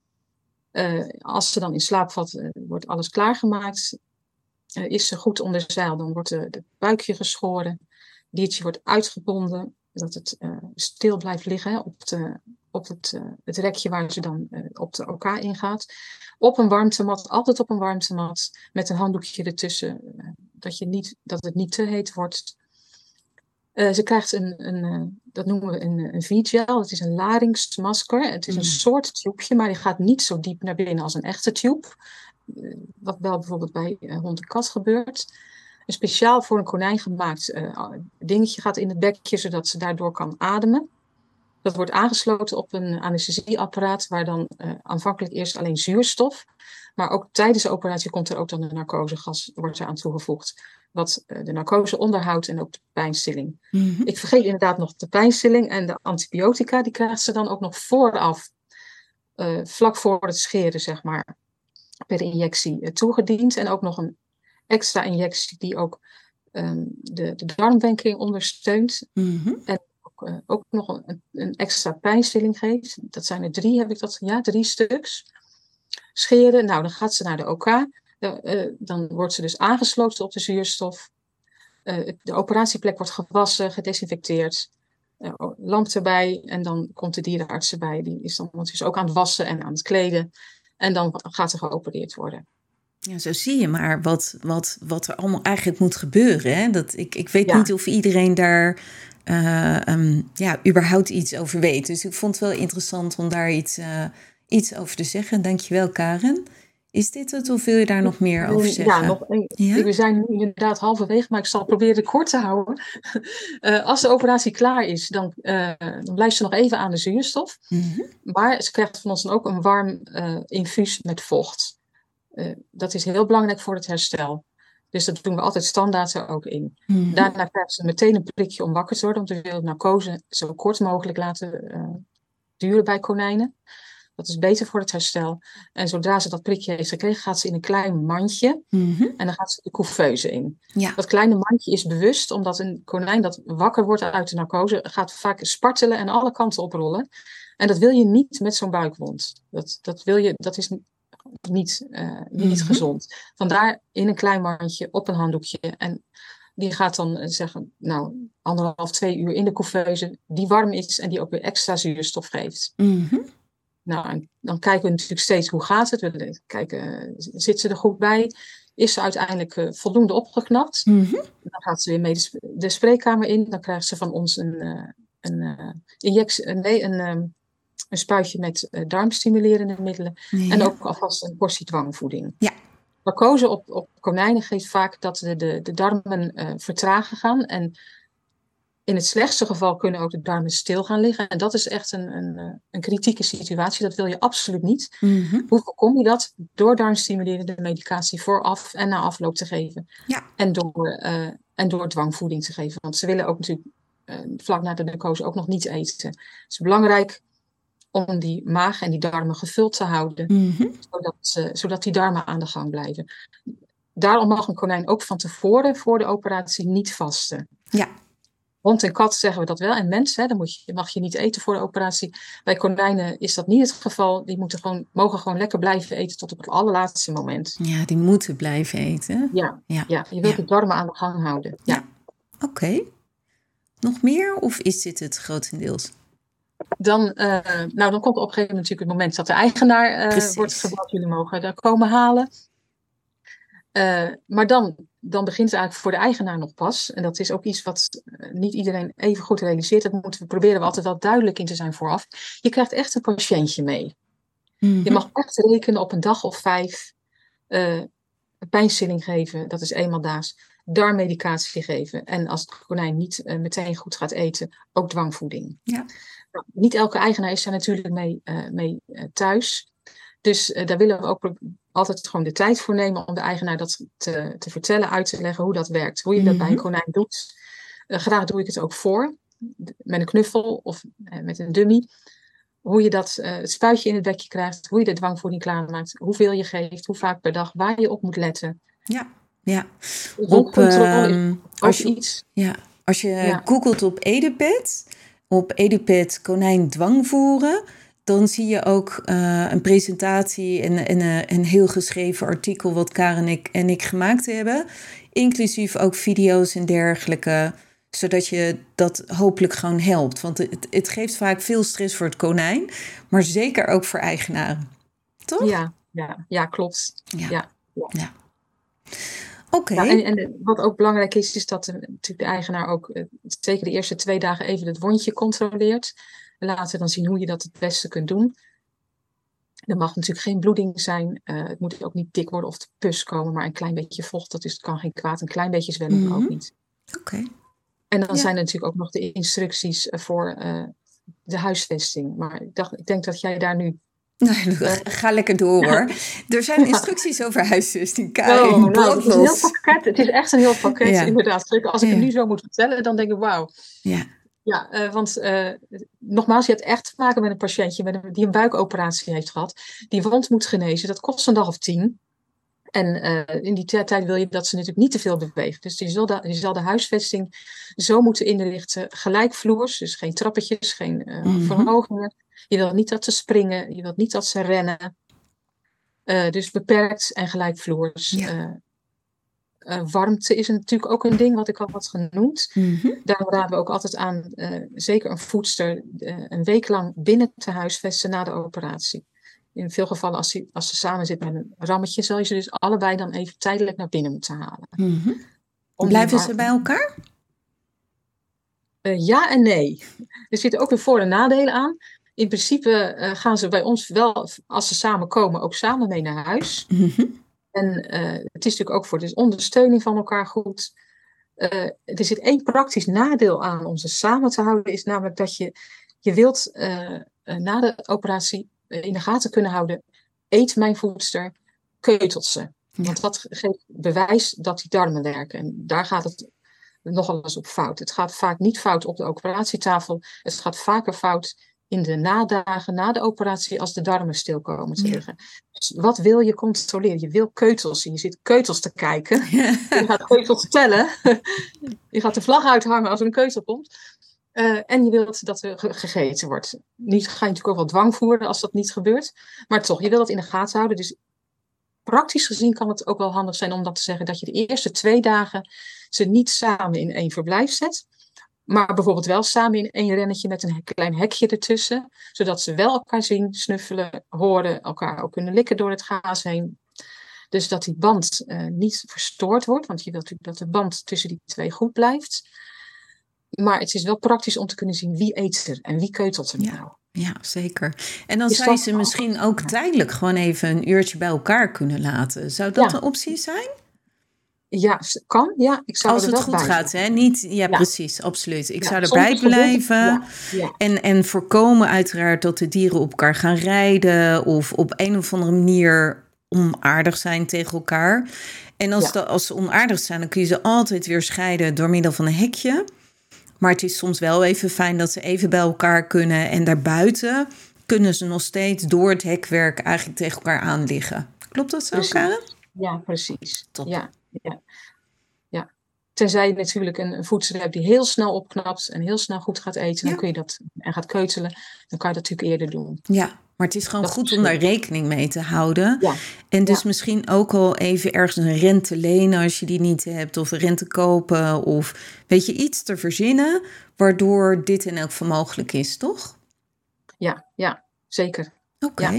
Als ze dan in slaap valt, wordt alles klaargemaakt. Is ze goed onder zeil, dan wordt de buikje geschoren. Het diertje wordt uitgebonden, dat het stil blijft liggen op het rekje waar ze dan op de OK ingaat. Op een warmtemat, altijd op een warmtemat, met een handdoekje ertussen, dat het niet te heet wordt. Ze krijgt dat noemen we een V-gel, het is een laringsmasker. Het is een soort tubeje, maar die gaat niet zo diep naar binnen als een echte tube. Wat wel bijvoorbeeld bij hond en kat gebeurt. Een speciaal voor een konijn gemaakt dingetje gaat in het bekje, zodat ze daardoor kan ademen. Dat wordt aangesloten op een anesthesieapparaat, waar dan aanvankelijk eerst alleen zuurstof, maar ook tijdens de operatie komt er ook dan een narcosegas wordt er aan toegevoegd, wat de narcose onderhoudt en ook de pijnstilling. Ik vergeet inderdaad nog de pijnstilling en de antibiotica, die krijgt ze dan ook nog vooraf, vlak voor het scheren, zeg maar, per injectie toegediend. En ook nog een extra injectie die ook de darmwenking ondersteunt. En ook nog een extra pijnstilling geeft. Dat zijn er 3, heb ik dat? Ja, 3 stuks. Scheren, nou dan gaat ze naar de OK. Dan wordt ze dus aangesloten op de zuurstof. De operatieplek wordt gewassen, gedesinfecteerd. Lamp erbij en dan komt de dierenarts erbij. Die is dan dus ook aan het wassen en aan het kleden. En dan gaat er geopereerd worden. Ja, zo zie je maar wat er allemaal eigenlijk moet gebeuren. Hè? Ik weet niet of iedereen daar überhaupt iets over weet. Dus ik vond het wel interessant om daar iets over te zeggen. Dankjewel, Karen. Is dit het of wil je daar nog meer over zeggen? We zijn nu inderdaad halverwege, maar ik zal proberen het kort te houden. Als de operatie klaar is, dan blijft ze nog even aan de zuurstof. Maar ze krijgt van ons dan ook een warm infuus met vocht. Dat is heel belangrijk voor het herstel. Dus dat doen we altijd standaard er ook in. Daarna krijgt ze meteen een prikje om wakker te worden, want we willen narcose zo kort mogelijk laten duren bij konijnen. Dat is beter voor het herstel. En zodra ze dat prikje heeft gekregen, gaat ze in een klein mandje. En dan gaat ze de couveuse in. Ja. Dat kleine mandje is bewust, omdat een konijn dat wakker wordt uit de narcose, gaat vaak spartelen en alle kanten oprollen. En dat wil je niet met zo'n buikwond. Dat is niet gezond. Vandaar in een klein mandje op een handdoekje. En die gaat dan zeggen, 1,5-2 uur in de couveuse, die warm is en die ook weer extra zuurstof geeft. Nou, en dan kijken we natuurlijk steeds hoe gaat het. We kijken, zit ze er goed bij? Is ze uiteindelijk voldoende opgeknapt? Dan gaat ze weer mee de spreekkamer in. Dan krijgt ze van ons een spuitje met darmstimulerende middelen. Ja. En ook alvast een portie dwangvoeding. Ja. Narcose op konijnen geeft vaak dat de darmen vertragen gaan. En In het slechtste geval kunnen ook de darmen stil gaan liggen. En dat is echt een kritieke situatie. Dat wil je absoluut niet. Mhm. Hoe voorkom je dat? Door darmstimulerende medicatie vooraf en na afloop te geven. Ja. En door dwangvoeding te geven. Want ze willen ook natuurlijk vlak na de narcose ook nog niet eten. Het is belangrijk om die maag en die darmen gevuld te houden. Mhm. Zodat die darmen aan de gang blijven. Daarom mag een konijn ook van tevoren voor de operatie niet vasten. Ja. Hond en kat zeggen we dat wel. En mensen, dan mag je niet eten voor de operatie. Bij konijnen is dat niet het geval. Die mogen gewoon lekker blijven eten tot op het allerlaatste moment. Ja, die moeten blijven eten. Ja, je wilt de darmen aan de gang houden. Ja. Oké. Nog meer of is dit het grotendeels? Dan komt op een gegeven moment natuurlijk het moment dat de eigenaar wordt gebeld. Jullie mogen daar komen halen. Maar dan begint het eigenlijk voor de eigenaar nog pas. En dat is ook iets wat niet iedereen even goed realiseert. Dat proberen we altijd wel duidelijk in te zijn vooraf. Je krijgt echt een patiëntje mee. Mm-hmm. Je mag echt rekenen op een dag of 5. Pijnstilling geven, dat is eenmaal daags. Darmmedicatie geven. En als het konijn niet meteen goed gaat eten, ook dwangvoeding. Ja. Nou, niet elke eigenaar is daar natuurlijk mee thuis. Dus daar willen we ook altijd gewoon de tijd voor nemen om de eigenaar dat te vertellen, uit te leggen hoe dat werkt. Hoe je dat bij een konijn doet. Graag doe ik het ook voor. Met een knuffel of met een dummy. Hoe je het spuitje in het bekje krijgt. Hoe je de dwangvoeding klaarmaakt. Hoeveel je geeft. Hoe vaak per dag. Waar je op moet letten. Ja. Als je googelt op EduPet. Op EduPet konijn dwangvoeren. Dan zie je ook een presentatie en een heel geschreven artikel wat Karen en ik gemaakt hebben. Inclusief ook video's en dergelijke. Zodat je dat hopelijk gewoon helpt. Want het geeft vaak veel stress voor het konijn. Maar zeker ook voor eigenaren. Toch? Ja, klopt. Ja. Oké. Ja, en wat ook belangrijk is dat natuurlijk de eigenaar ook zeker de eerste 2 dagen even het wondje controleert. Laten dan zien hoe je dat het beste kunt doen. Er mag natuurlijk geen bloeding zijn. Het moet ook niet dik worden of te pus komen. Maar een klein beetje vocht, dat kan geen kwaad. Een klein beetje zwelling ook niet. Oké. En dan zijn er natuurlijk ook nog de instructies voor de huisvesting. Maar ik denk dat jij daar nu... Ga lekker door hoor. Er zijn instructies over huisvesting. Het is een heel pakket. Het is echt een heel pakket, inderdaad. Als ik het nu zo moet vertellen, dan denk ik wauw. Ja, want nogmaals, je hebt echt te maken met een patiëntje die een buikoperatie heeft gehad. Die wond moet genezen. Dat kost een dag of 10. En in die tijd wil je dat ze natuurlijk niet te veel bewegen. Dus je zal de huisvesting zo moeten inrichten. Gelijkvloers, dus geen trappetjes, geen verhogingen. Je wilt niet dat ze springen. Je wilt niet dat ze rennen. Dus beperkt en gelijkvloers. Ja. Warmte is natuurlijk ook een ding wat ik al had genoemd. Daarom raden we ook altijd aan, zeker een voedster, een week lang binnen te huisvesten na de operatie. In veel gevallen, als ze samen zit met een rammetje, zal je ze dus allebei dan even tijdelijk naar binnen moeten halen. Blijven ze bij elkaar? Ja en nee. Er zitten ook weer voor- en nadelen aan. In principe gaan ze bij ons wel, als ze samen komen, ook samen mee naar huis. En het is natuurlijk ook voor de ondersteuning van elkaar goed. Er zit 1 praktisch nadeel aan om ze samen te houden. Is namelijk dat je wilt na de operatie in de gaten kunnen houden. Eet mijn voedster, keutelt ze. Ja. Want dat geeft bewijs dat die darmen werken. En daar gaat het nogal eens op fout. Het gaat vaak niet fout op de operatietafel. Het gaat vaker fout in de nadagen na de operatie als de darmen stil komen te liggen. Dus wat wil je controleren? Je wil keutels zien. Je zit keutels te kijken. Je gaat keutels tellen. Je gaat de vlag uithangen als er een keutel komt. En je wilt dat er gegeten wordt. Niet ga je natuurlijk ook wel dwang voeren als dat niet gebeurt. Maar toch, je wil dat in de gaten houden. Dus praktisch gezien kan het ook wel handig zijn om dat te zeggen. Dat je de eerste 2 dagen ze niet samen in 1 verblijf zet. Maar bijvoorbeeld wel samen in 1 rennetje met een klein hekje ertussen. Zodat ze wel elkaar zien, snuffelen, horen, elkaar ook kunnen likken door het gaas heen. Dus dat die band niet verstoord wordt. Want je wilt natuurlijk dat de band tussen die 2 goed blijft. Maar het is wel praktisch om te kunnen zien wie eet er en wie keutelt er nou. Ja, zeker. En dan zou je ze misschien ook tijdelijk gewoon even een uurtje bij elkaar kunnen laten. Zou dat een optie zijn? Ja, kan. Ja, ik zou Als er het wel goed bij gaat, hè? zijn. Niet, ja, Ja, precies, absoluut. Ik ja, zou soms erbij is bijvoorbeeld, blijven ja, en voorkomen uiteraard dat de dieren op elkaar gaan rijden of op een of andere manier onaardig zijn tegen elkaar. En ja, als ze onaardig zijn, dan kun je ze altijd weer scheiden door middel van een hekje. Maar het is soms wel even fijn dat ze even bij elkaar kunnen. En daarbuiten kunnen ze nog steeds door het hekwerk eigenlijk tegen elkaar aan liggen. Klopt dat zo, Karen? precies. Ja, precies. Top. Ja, ja, ja. Tenzij je natuurlijk een voedster hebt die heel snel opknapt en heel snel goed gaat eten, dan Ja. kun je dat en gaat keutelen, dan kan je dat natuurlijk eerder doen. Ja, maar het is gewoon Dat goed om daar verschilt. rekening mee te houden. Ja, En dus ja, misschien ook al even ergens een rente lenen als je die niet hebt. Of een rente kopen. Of weet je, iets te verzinnen waardoor dit in elk geval mogelijk is, toch? ja, ja, zeker. Oké. Ja,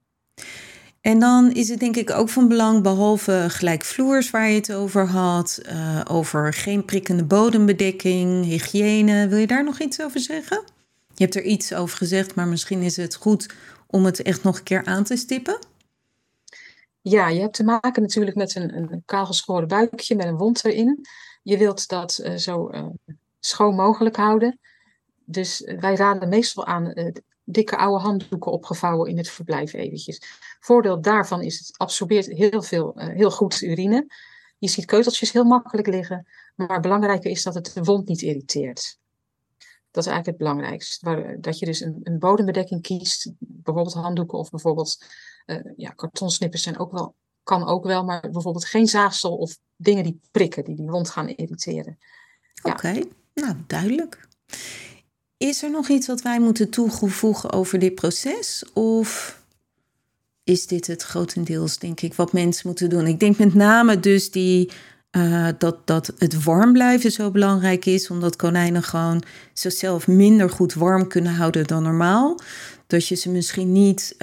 En dan is het denk ik ook van belang, behalve gelijkvloers waar je het over had, over geen prikkende bodembedekking, hygiëne. Wil je daar nog iets over zeggen? Je hebt er iets over gezegd, maar misschien is het goed om het echt nog een keer aan te stippen. ja, je hebt te maken natuurlijk met een kaalgeschoren buikje met een wond erin. Je wilt dat zo schoon mogelijk houden. Dus wij raden meestal aan dikke oude handdoeken opgevouwen in het verblijf eventjes. Voordeel daarvan is het absorbeert heel goed urine. Je ziet keuteltjes heel makkelijk liggen. Maar belangrijker is dat het de wond niet irriteert. Dat is eigenlijk het belangrijkste. Dat je dus een bodembedekking kiest. Bijvoorbeeld handdoeken of bijvoorbeeld kartonsnippers kan ook wel. Maar bijvoorbeeld geen zaagsel of dingen die prikken, die wond gaan irriteren. Ja. Oké, nou duidelijk. Is er nog iets wat wij moeten toevoegen over dit proces? Of is dit het grotendeels, denk ik, wat mensen moeten doen? Ik denk met name dus dat het warm blijven zo belangrijk is. Omdat konijnen gewoon zichzelf minder goed warm kunnen houden dan normaal. Dat je ze misschien niet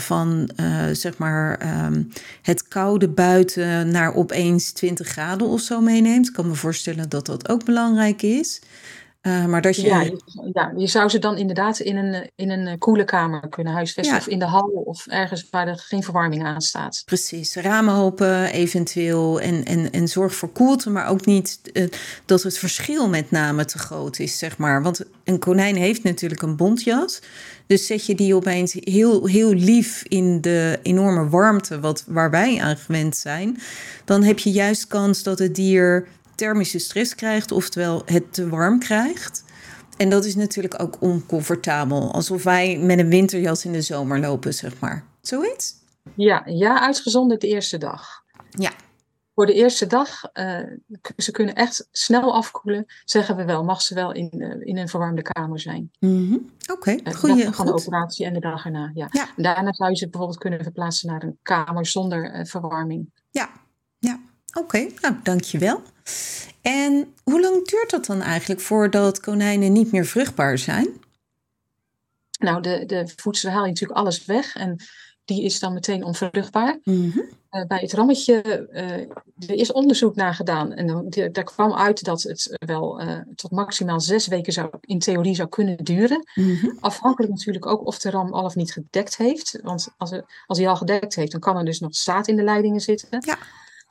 het koude buiten naar opeens 20 graden of zo meeneemt. Ik kan me voorstellen dat dat ook belangrijk is. Maar dat je... Je zou ze dan inderdaad in een koele kamer kunnen huisvesten. Ja. Of in de hal of ergens waar er geen verwarming aan staat. Precies, ramen open eventueel en zorg voor koelte, maar ook niet dat het verschil met name te groot is, zeg maar. Want een konijn heeft natuurlijk een bontjas, dus zet je die opeens heel, heel lief in de enorme warmte waar wij aan gewend zijn, dan heb je juist kans dat het dier thermische stress krijgt, oftewel het te warm krijgt. En dat is natuurlijk ook oncomfortabel, alsof wij met een winterjas in de zomer lopen, zeg maar. Zoiets? Ja, uitgezonderd de eerste dag. Ja. Voor de eerste dag, ze kunnen echt snel afkoelen, zeggen we wel. Mag ze wel in een verwarmde kamer zijn. Mm-hmm. Oké, de dag van de operatie en de dag erna, ja. Ja. En daarna zou je ze bijvoorbeeld kunnen verplaatsen naar een kamer zonder verwarming. Ja. Oké, nou dankjewel. En hoe lang duurt dat dan eigenlijk voordat konijnen niet meer vruchtbaar zijn? Nou, de voedsel haal je natuurlijk alles weg en die is dan meteen onvruchtbaar. Mm-hmm. Bij het rammetje, er is onderzoek naar gedaan en daar kwam uit dat het wel tot maximaal 6 weken in theorie zou kunnen duren. Mm-hmm. Afhankelijk natuurlijk ook of de ram al of niet gedekt heeft. Want als hij al gedekt heeft, dan kan er dus nog zaad in de leidingen zitten. Ja.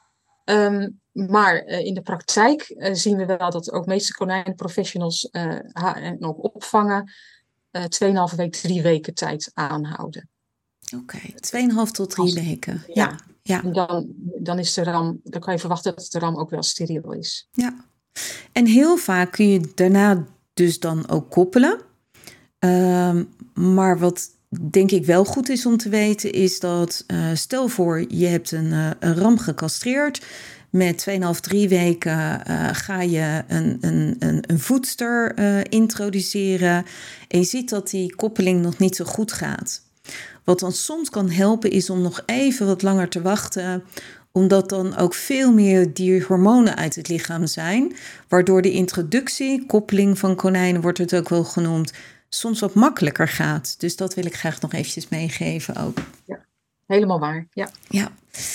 Maar in de praktijk zien we wel dat ook meeste konijnenprofessionals en ook opvangen 2,5 week, 3 weken tijd aanhouden. Oké, 2,5 tot 3 weken. Ja. En dan is dan kan je verwachten dat de ram ook wel steriel is. Ja. En heel vaak kun je daarna dus dan ook koppelen. Maar wat denk ik wel goed is om te weten is dat stel voor je hebt een ram gecastreerd. Met 2,5, 3 weken ga je een voedster introduceren. En je ziet dat die koppeling nog niet zo goed gaat. Wat dan soms kan helpen is om nog even wat langer te wachten. Omdat dan ook veel meer dierhormonen uit het lichaam zijn. Waardoor de introductie, koppeling van konijnen wordt het ook wel genoemd, soms wat makkelijker gaat. Dus dat wil ik graag nog eventjes meegeven ook. Ja, helemaal waar. Ja.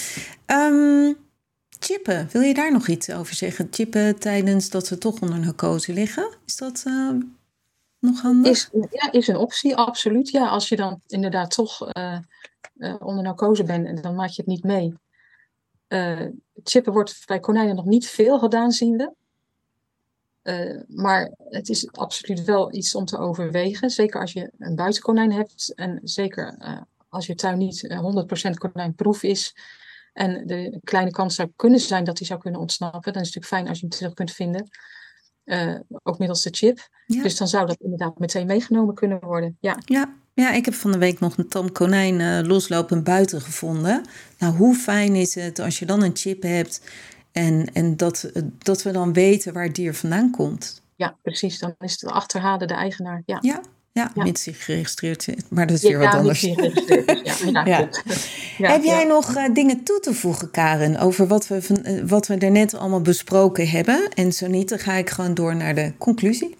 Chippen, wil je daar nog iets over zeggen? Chippen tijdens dat ze toch onder narcose liggen? Is dat nog handig? Is een optie, absoluut. Ja, als je dan inderdaad toch onder narcose bent, dan maak je het niet mee. Chippen wordt bij konijnen nog niet veel gedaan, zien we. Maar het is absoluut wel iets om te overwegen. Zeker als je een buitenkonijn hebt. En zeker als je tuin niet 100% konijnproef is. En de kleine kans zou kunnen zijn dat hij zou kunnen ontsnappen. Dan is het natuurlijk fijn als je hem terug kunt vinden. Ook middels de chip. Ja. Dus dan zou dat inderdaad meteen meegenomen kunnen worden. Ja. Ja, ik heb van de week nog een tam konijn loslopend buiten gevonden. Nou, hoe fijn is het als je dan een chip hebt en dat we dan weten waar het dier vandaan komt. Ja, precies. Dan is het achterhalen de eigenaar. Ja, mits hij geregistreerd zit. Maar dat is weer wat anders. Heb jij nog dingen toe te voegen, Karen, over wat we daarnet allemaal besproken hebben? En zo niet, dan ga ik gewoon door naar de conclusie.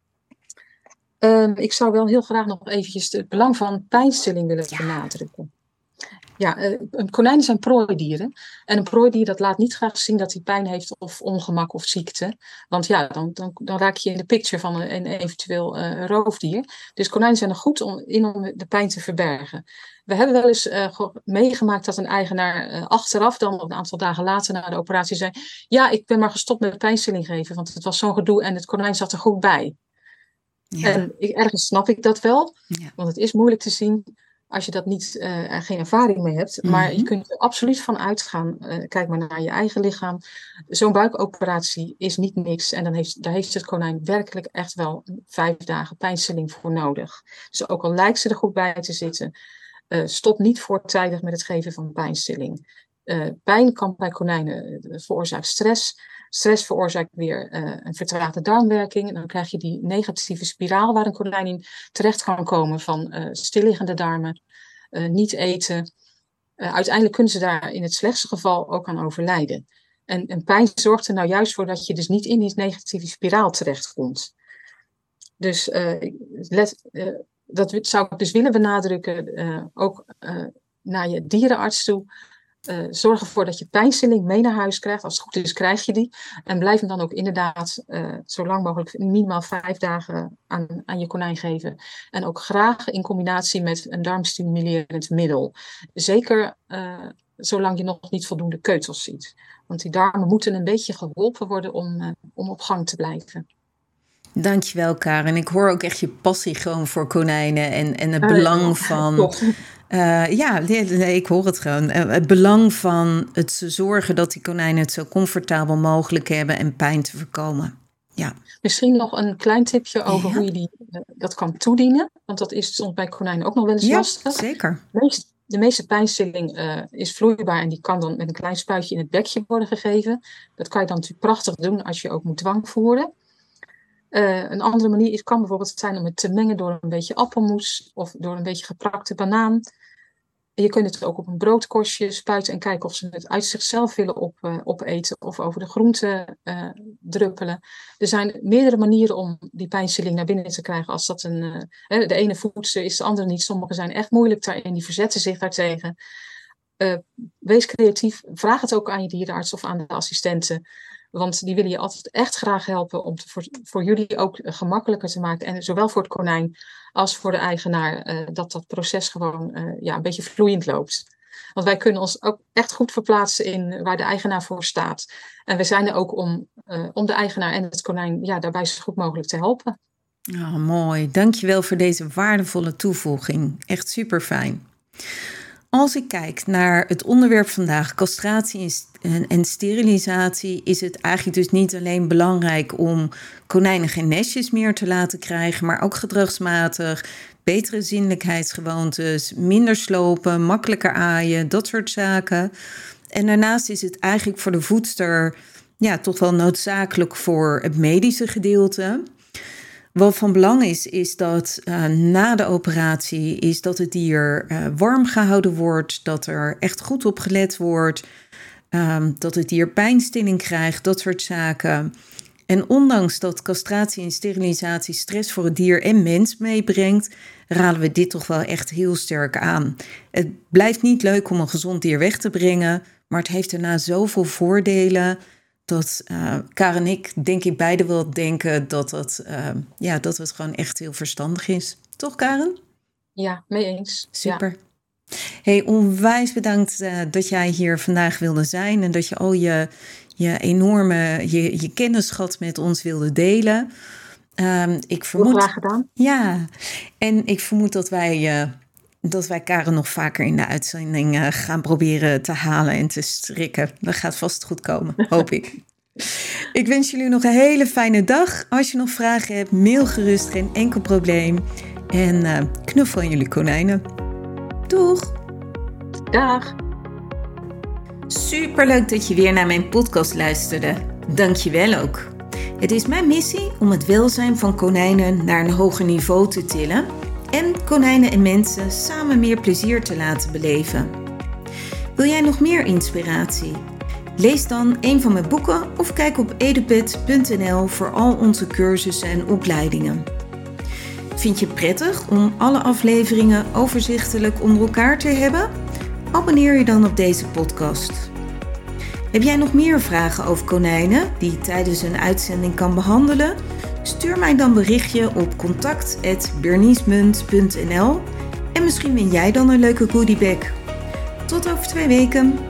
Ik zou wel heel graag nog eventjes het belang van pijnstilling willen benadrukken. Ja, konijnen zijn prooidieren. En een prooidier dat laat niet graag zien dat hij pijn heeft of ongemak of ziekte. Want ja, dan raak je in de picture van een eventueel roofdier. Dus konijnen zijn er goed om de pijn te verbergen. We hebben wel eens meegemaakt dat een eigenaar achteraf, dan een aantal dagen later na de operatie, zei: ja, ik ben maar gestopt met pijnstilling geven, want het was zo'n gedoe en het konijn zat er goed bij. Ja. En ergens snap ik dat wel, want het is moeilijk te zien als je dat niet, er geen ervaring mee hebt. Mm-hmm. Maar je kunt er absoluut van uitgaan. Kijk maar naar je eigen lichaam. Zo'n buikoperatie is niet niks. En daar heeft het konijn werkelijk echt wel 5 dagen pijnstilling voor nodig. Dus ook al lijkt ze er goed bij te zitten, stop niet voortijdig met het geven van pijnstilling. Pijn kan bij konijnen veroorzaakt stress. Stress veroorzaakt weer een vertraagde darmwerking. En dan krijg je die negatieve spiraal waar een konijn in terecht kan komen van stilliggende darmen, niet eten. Uiteindelijk kunnen ze daar in het slechtste geval ook aan overlijden. En pijn zorgt er nou juist voor dat je dus niet in die negatieve spiraal terechtkomt. Dus dat zou ik dus willen benadrukken, ook naar je dierenarts toe. Zorg ervoor dat je pijnstilling mee naar huis krijgt. Als het goed is, krijg je die. En blijf hem dan ook inderdaad zo lang mogelijk, minimaal 5 dagen aan je konijn geven. En ook graag in combinatie met een darmstimulerend middel. Zeker zolang je nog niet voldoende keutels ziet. Want die darmen moeten een beetje geholpen worden om op gang te blijven. Dankjewel, Karen. Ik hoor ook echt je passie gewoon voor konijnen en het belang van... ik hoor het gewoon. Het belang van het zorgen dat die konijnen het zo comfortabel mogelijk hebben en pijn te voorkomen. Ja. Misschien nog een klein tipje over hoe je dat kan toedienen. Want dat is soms bij konijnen ook nog wel eens lastig. Zeker. De meeste pijnstilling is vloeibaar en die kan dan met een klein spuitje in het bekje worden gegeven. Dat kan je dan natuurlijk prachtig doen als je ook moet dwangvoeren. Een andere manier kan bijvoorbeeld zijn om het te mengen door een beetje appelmoes of door een beetje geprakte banaan. Je kunt het ook op een broodkorstje spuiten en kijken of ze het uit zichzelf willen opeten of over de groenten druppelen. Er zijn meerdere manieren om die pijnstilling naar binnen te krijgen. Als dat de ene voedster is de andere niet. Sommigen zijn echt moeilijk daarin, die verzetten zich daartegen. Wees creatief, vraag het ook aan je dierenarts of aan de assistenten. Want die willen je altijd echt graag helpen om voor jullie ook gemakkelijker te maken. En zowel voor het konijn als voor de eigenaar dat proces gewoon een beetje vloeiend loopt. Want wij kunnen ons ook echt goed verplaatsen in waar de eigenaar voor staat. En we zijn er ook om de eigenaar en het konijn daarbij zo goed mogelijk te helpen. Oh, mooi. Dankjewel voor deze waardevolle toevoeging. Echt super fijn. Als ik kijk naar het onderwerp vandaag, castratie en sterilisatie, is het eigenlijk dus niet alleen belangrijk om konijnen geen nestjes meer te laten krijgen, maar ook gedragsmatig, betere zindelijkheidsgewoontes, minder slopen, makkelijker aaien, dat soort zaken. En daarnaast is het eigenlijk voor de voedster toch wel noodzakelijk voor het medische gedeelte. Wat van belang is dat na de operatie is dat het dier warm gehouden wordt, dat er echt goed op gelet wordt, dat het dier pijnstilling krijgt, dat soort zaken. En ondanks dat castratie en sterilisatie stress voor het dier en mens meebrengt, raden we dit toch wel echt heel sterk aan. Het blijft niet leuk om een gezond dier weg te brengen, maar het heeft daarna zoveel voordelen dat Karen en ik, denk ik, beide wel denken dat het gewoon echt heel verstandig is. Toch, Karen? Ja, mee eens. Super. Hey, onwijs bedankt dat jij hier vandaag wilde zijn en dat je al je enorme je kennisschat met ons wilde delen. Ik vermoed, heel graag gedaan. Ja, en ik vermoed dat wij Karen nog vaker in de uitzending gaan proberen te halen en te strikken. Dat gaat vast goed komen, hoop ik. Ik wens jullie nog een hele fijne dag. Als je nog vragen hebt, mail gerust, geen enkel probleem. En knuffel aan jullie konijnen. Doeg! Dag! Superleuk dat je weer naar mijn podcast luisterde. Dank je wel ook. Het is mijn missie om het welzijn van konijnen naar een hoger niveau te tillen en konijnen en mensen samen meer plezier te laten beleven. Wil jij nog meer inspiratie? Lees dan een van mijn boeken of kijk op edupet.nl voor al onze cursussen en opleidingen. Vind je het prettig om alle afleveringen overzichtelijk onder elkaar te hebben? Abonneer je dan op deze podcast. Heb jij nog meer vragen over konijnen die je tijdens een uitzending kan behandelen? Stuur mij dan berichtje op contact@berniesmunt.nl en misschien win jij dan een leuke goodiebag. Tot over 2 weken.